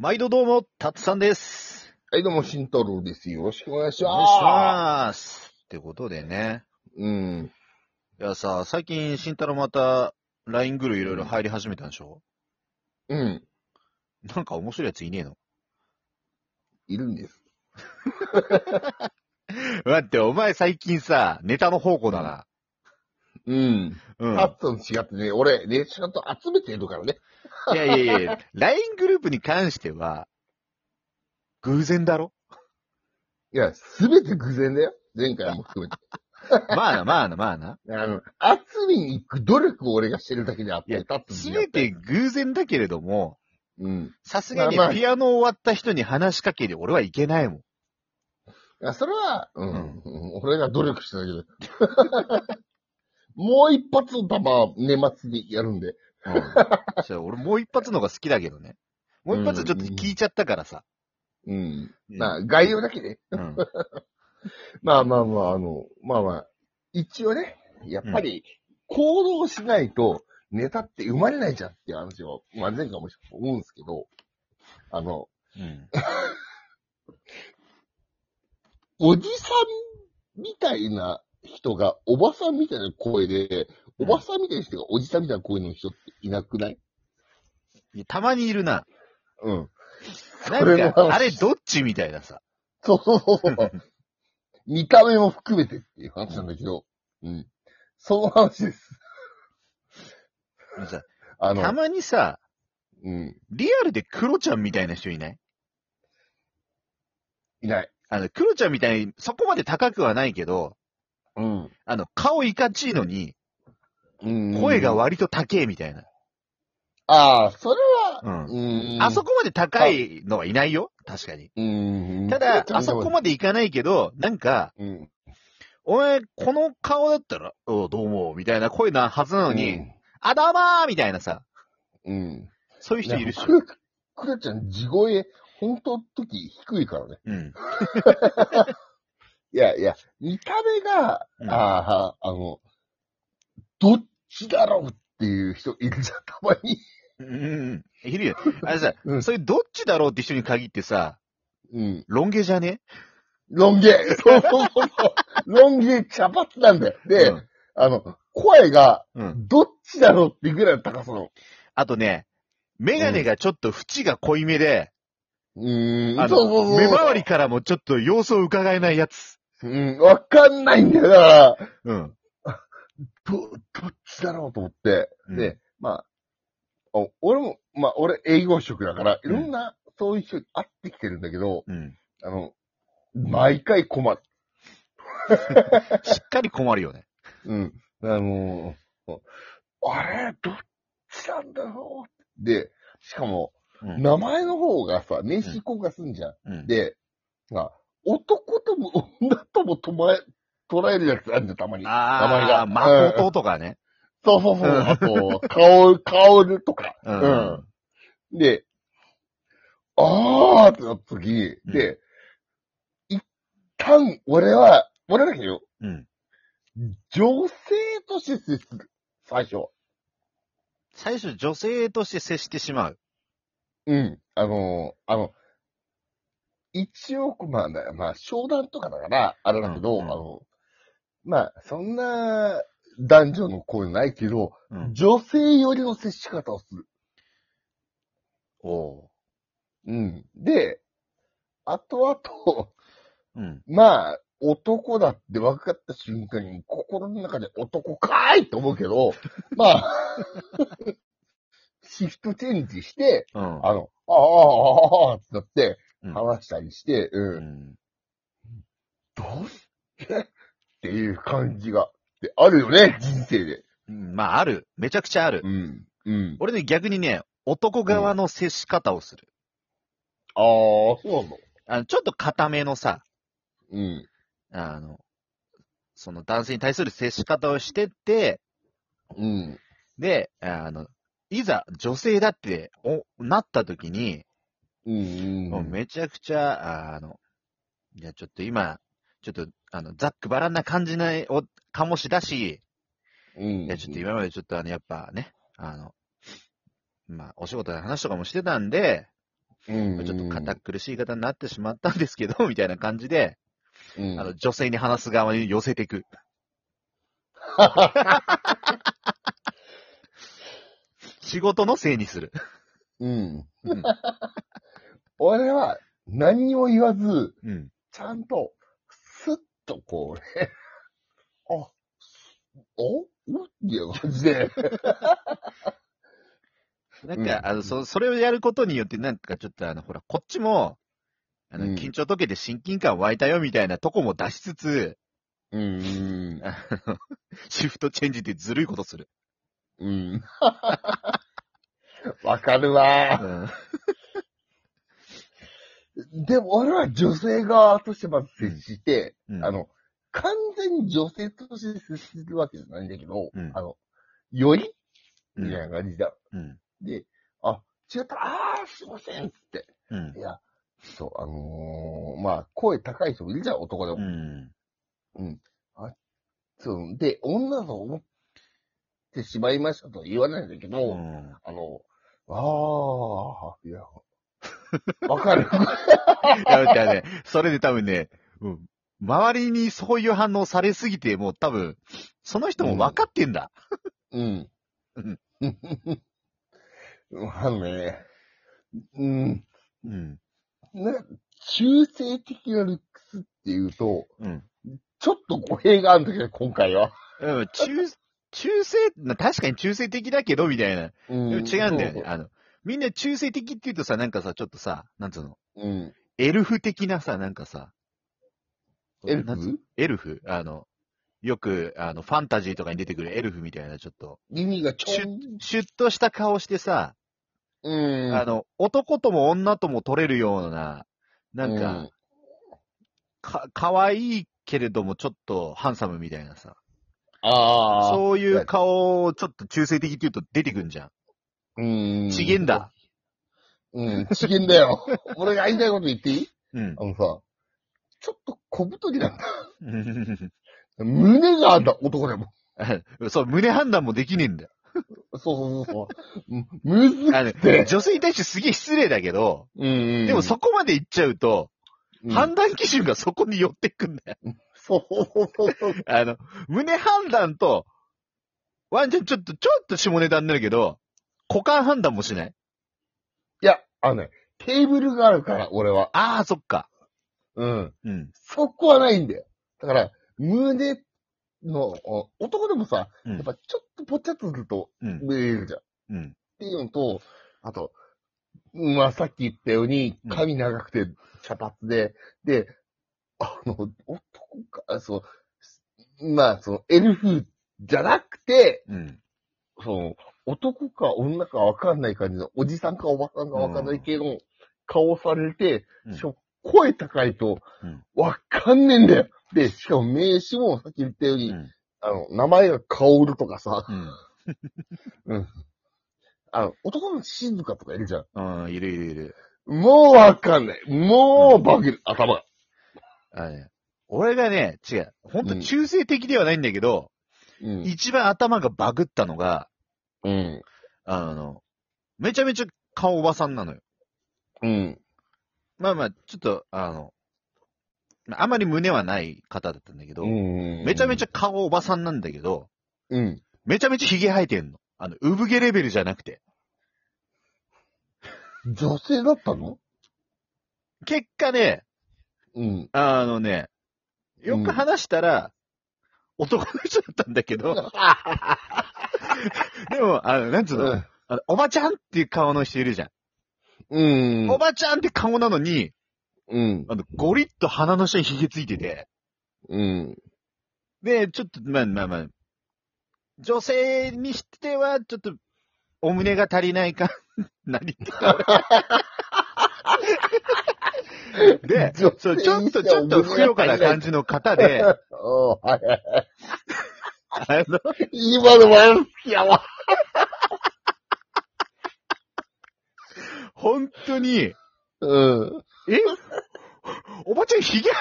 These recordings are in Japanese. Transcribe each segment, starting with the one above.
毎度どうも、たつさんです。 はい、どうも、慎太郎です。よろしくお願いします。 お願いします。ってことでね。 うん。 いやさ、最近、慎太郎また、LINE グルいろいろ入り始めたんでしょ？ うん。 なんか面白いやついねえの？ いるんです。 待って、お前最近さ、ネタの宝庫だな。 うん。 うん。 タッツと違ってね、俺、ね、ちゃんと集めてるからね。 いやいやいや、LINE グループに関しては、偶然だろ？ いや、すべて偶然だよ。前回も含めて。 まあな、まあな、まあな。 集めに行く努力を俺がしてるだけであっいやて、、タッツすと違って。 べて偶然だけれども、 うん。 さすがにまあまあピアノ終わった人に話しかけて俺はいけないもん。 いや、それは、俺が努力しただけで。もう一発の弾、年末にやるんで。 うん。じゃあ俺もう一発のが好きだけどね。もう一発ちょっと聞いちゃったからさ。 うん。 うんまあ、概要だけね。 うん。 まあまあまあ、まあまあ、一応ね、やっぱり、行動しないと、ネタって生まれないじゃんっていう話を、まあ前回も思うんですけど、 うん。 おじさんみたいな人が、おばさんみたいな声で、おばさんみたいな人がおじさんみたいな声の人っていなくない？ いやたまにいるな。 うん。 なんか、 それの話あれどっちみたいなさ。 そうそうそうそう。見た目も含めてっていう話なんだけど、うん。その話です。 さあの、 たまにさ、 うん。 リアルでクロちゃんみたいな人いない？ いない。 クロちゃんみたいに、そこまで高くはないけど、 うん。 顔いかちいのに、 うん。 声が割と高えみたいな。 ああ、それうは、 ん。あそこまで高いのはいないよ。確かに。ただ、あそこまでいかないけど、なんか、 うん。 お前、この顔だったら、どうも、みたいな声なはずなのに、 うん。 あ、どうもーみたいなさ、 うん。 そういう人いるっしょ。 クラちゃん、地声、本当の時低いからね。 うん。 いやいや、見た目が、 うんどっちだろうっていう人いるじゃん、たまに。 いるよ。あれさ、 うん。 そういうどっちだろうって人に限ってさ、 うん。 ロン毛じゃね？ ロン毛。そうそうそうそう。ロン毛茶髪なんだよ。で、 うん。 声が、 うん。 どっちだろうっていうぐらいの高さの。 あとね、メガネがちょっと縁が濃いめで、 そうそうそう。 目周りからもちょっと様子を伺えないやつ。 わかんないんだよ。だから、 うん。 どっちだろうと思って。 うんで、まあ、俺も、まあ、俺営業職だから、いろんな、そういう人に会ってきてるんだけど、 うん。 毎回困る。 しっかり困るよね。 うん。あれ、どっちなんだろうで、しかも、 うん。 名前の方がさ、名詞交換すんじゃん。 うん。 で、まあ、男とも女とも捉えるやつあるんだよ、たまに。名前が。 誠とかね。 そうそうそう。あと、香るとか。で、あーってなった時、で、一旦、俺だけどよ、女性として接する。最初。 最初女性として接してしまう。 うん。一応、まあ、商談とかだから、あれだけど、まあ、そんな、男女の声ないけど、女性寄りの接し方をする。 おうん。で、後々、 うん。 まあ、男だって分かった瞬間に、心の中で男かーいって思うけど、まあ、シフトチェンジして、ってなって、話したりして、どうしてっていう感じが、あるよね、人生で。 まあ、ある。めちゃくちゃある。俺ね、逆にね、男側の接し方をする。 ああ、そうなの。 ちょっと固めのさ、 うん。 その男性に対する接し方をしてって、 うん。 で、いざ女性だってなった時に、もうめちゃくちゃ、いや、ちょっと今、ちょっと、ざっくばらんな感じない、かもしだし、いや、ちょっと今までちょっとやっぱね、まあ、お仕事の話とかもしてたんで、 ちょっと堅苦しい言い方になってしまったんですけど、みたいな感じで、女性に話す側に寄せていく。仕事のせいにする。 俺は何にも言わず、ちゃんと、スッとこうね、っていう感じで。 なんか、それをやることによって、なんかちょっとほら、こっちも、緊張解けて親近感湧いたよみたいなとこも出しつつ、シフトチェンジでずるいことする。 わかるわ。でも俺は女性側としてまず接して、完全に女性として接するわけじゃないんだけど、よりみたいな感じだ。で、違ったら、すいませんっつって。いや、まあ、声高い人いるじゃん、男でも。で、女だと思ってしまいましたとは言わないんだけど、いや、わかる。いや、だからね、それで多分ね、周りにそういう反応されすぎて、もう多分、その人も分かってんだ。 中性的なルックスっていうと、ちょっと語弊があるんだけど、今回は。 中性、確かに中性的だけど、みたいな。でも違うんだよね。みんな中性的って言うとさ、なんかさ、ちょっとさ、なんつうの。エルフ的なさ、なんかさ。 エルフよく、ファンタジーとかに出てくるエルフみたいな、ちょっと。 耳がシュッとした顔してさ、男とも女とも取れるような、なんか、かわいいけれどもちょっとハンサムみたいなさ。そういう顔をちょっと中性的って言うと出てくんじゃん。ちげんだ。 ちげんだよ。俺が言いたいこと言っていい？ちょっと小太りなんだ。胸があんだ、男でも。 そう、胸判断もできねえんだよ。 そう。むずくて。 女性に対してすげえ失礼だけど、でもそこまで言っちゃうと、判断基準がそこに寄ってくんだよ。胸判断と、ワンちゃんちょっと下ネタになるけど、股間判断もしない？ いや、テーブルがあるから、俺は。 そっか。 そこはないんだよ。だから、胸の、男でもさ、やっぱちょっとぽっちゃっとすると、見えるじゃん。っていうのと、あと、まあ、さっき言ったように、髪長くて茶髪で、男か、エルフじゃなくて、男か女かわかんない感じの、おじさんかおばさんかわかんない系の顔されて、声高いと、わかんねえんだよ。で、しかも名詞もさっき言ったように、名前がカオルとかさ、男の静かとかいるじゃん。いる。 もうわかんない。もうバグる、頭が。 俺がね、違う。ほんと中性的ではないんだけど、一番頭がバグったのが、めちゃめちゃ顔おばさんなのよ。まあ、ちょっと、あまり胸はない方だったんだけど、めちゃめちゃ顔おばさんなんだけど、めちゃめちゃ髭生えてんの。産毛レベルじゃなくて。 女性だったの？ 結果ね、よく話したら、男の人だったんだけど、でも、なんつうの、おばちゃんっていう顔の人いるじゃん。おばちゃんって顔なのに、ゴリッと鼻の下に髭ついてて、で、ちょっと、まあ、女性にしては、ちょっと、お胸が足りないか、何って言ったで、ちょっとふくよかな感じの方で、 今の前好きやわ。 本当に、おばちゃんひげ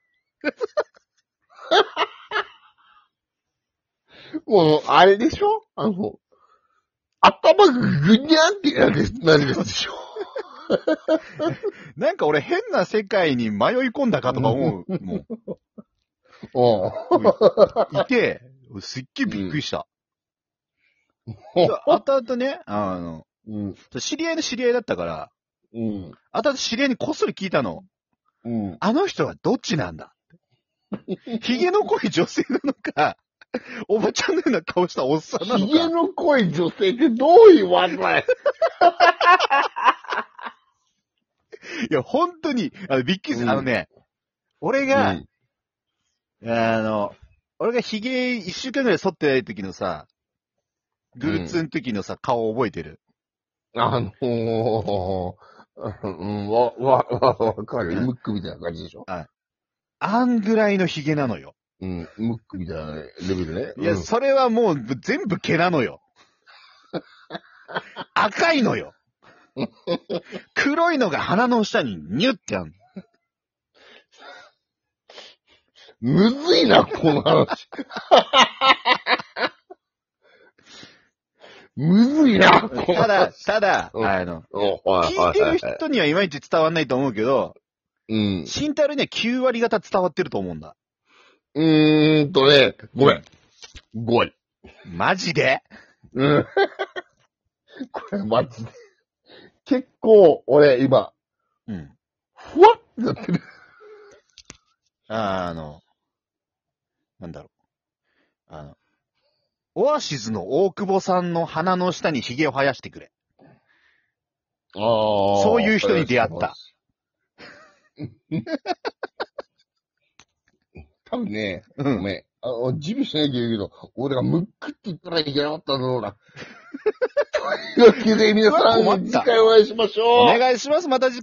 もう、あれでしょ頭がぐにゃんってなるやつでしょなんか俺変な世界に迷い込んだかとか思うもん。いて、すっげえびっくりした。後々ね、知り合いの知り合いだったから、後々知り合いにこっそり聞いたの。あの人はどっちなんだ髭の濃い女性なのか、おばちゃんのような顔したおっさんなのか。 髭の濃い女性ってどういう技いや、本当に、びっくりする。俺が、俺が髭一週間ぐらい剃ってない時のさ、グルツの時のさ、顔覚えてる？ わかる。ムックみたいな感じでしょ？ はい。あんぐらいの髭なのよ。 ムックみたいなレベルね。 いや、それはもう全部毛なのよ。赤いのよ。黒いのが鼻の下にニュッてある。 むずいな、この話。むずいな、 ただ、聞いてる人にはいまいち伝わんないと思うけど、慎太郎には9割方伝わってると思うんだ。 ごめん。5位。 マジで？ これマジで。結構、俺、今、ふわってなってる。 なんだろう。オアシズの大久保さんの鼻の下に髭を生やしてくれ。そういう人に出会った。 多分ね、ごめん。準備しなきゃいけないけど、俺がムックって言ったらいけなかったんだろうな。というわけで皆さん、次回お会いしましょう。 お願いします。また次回。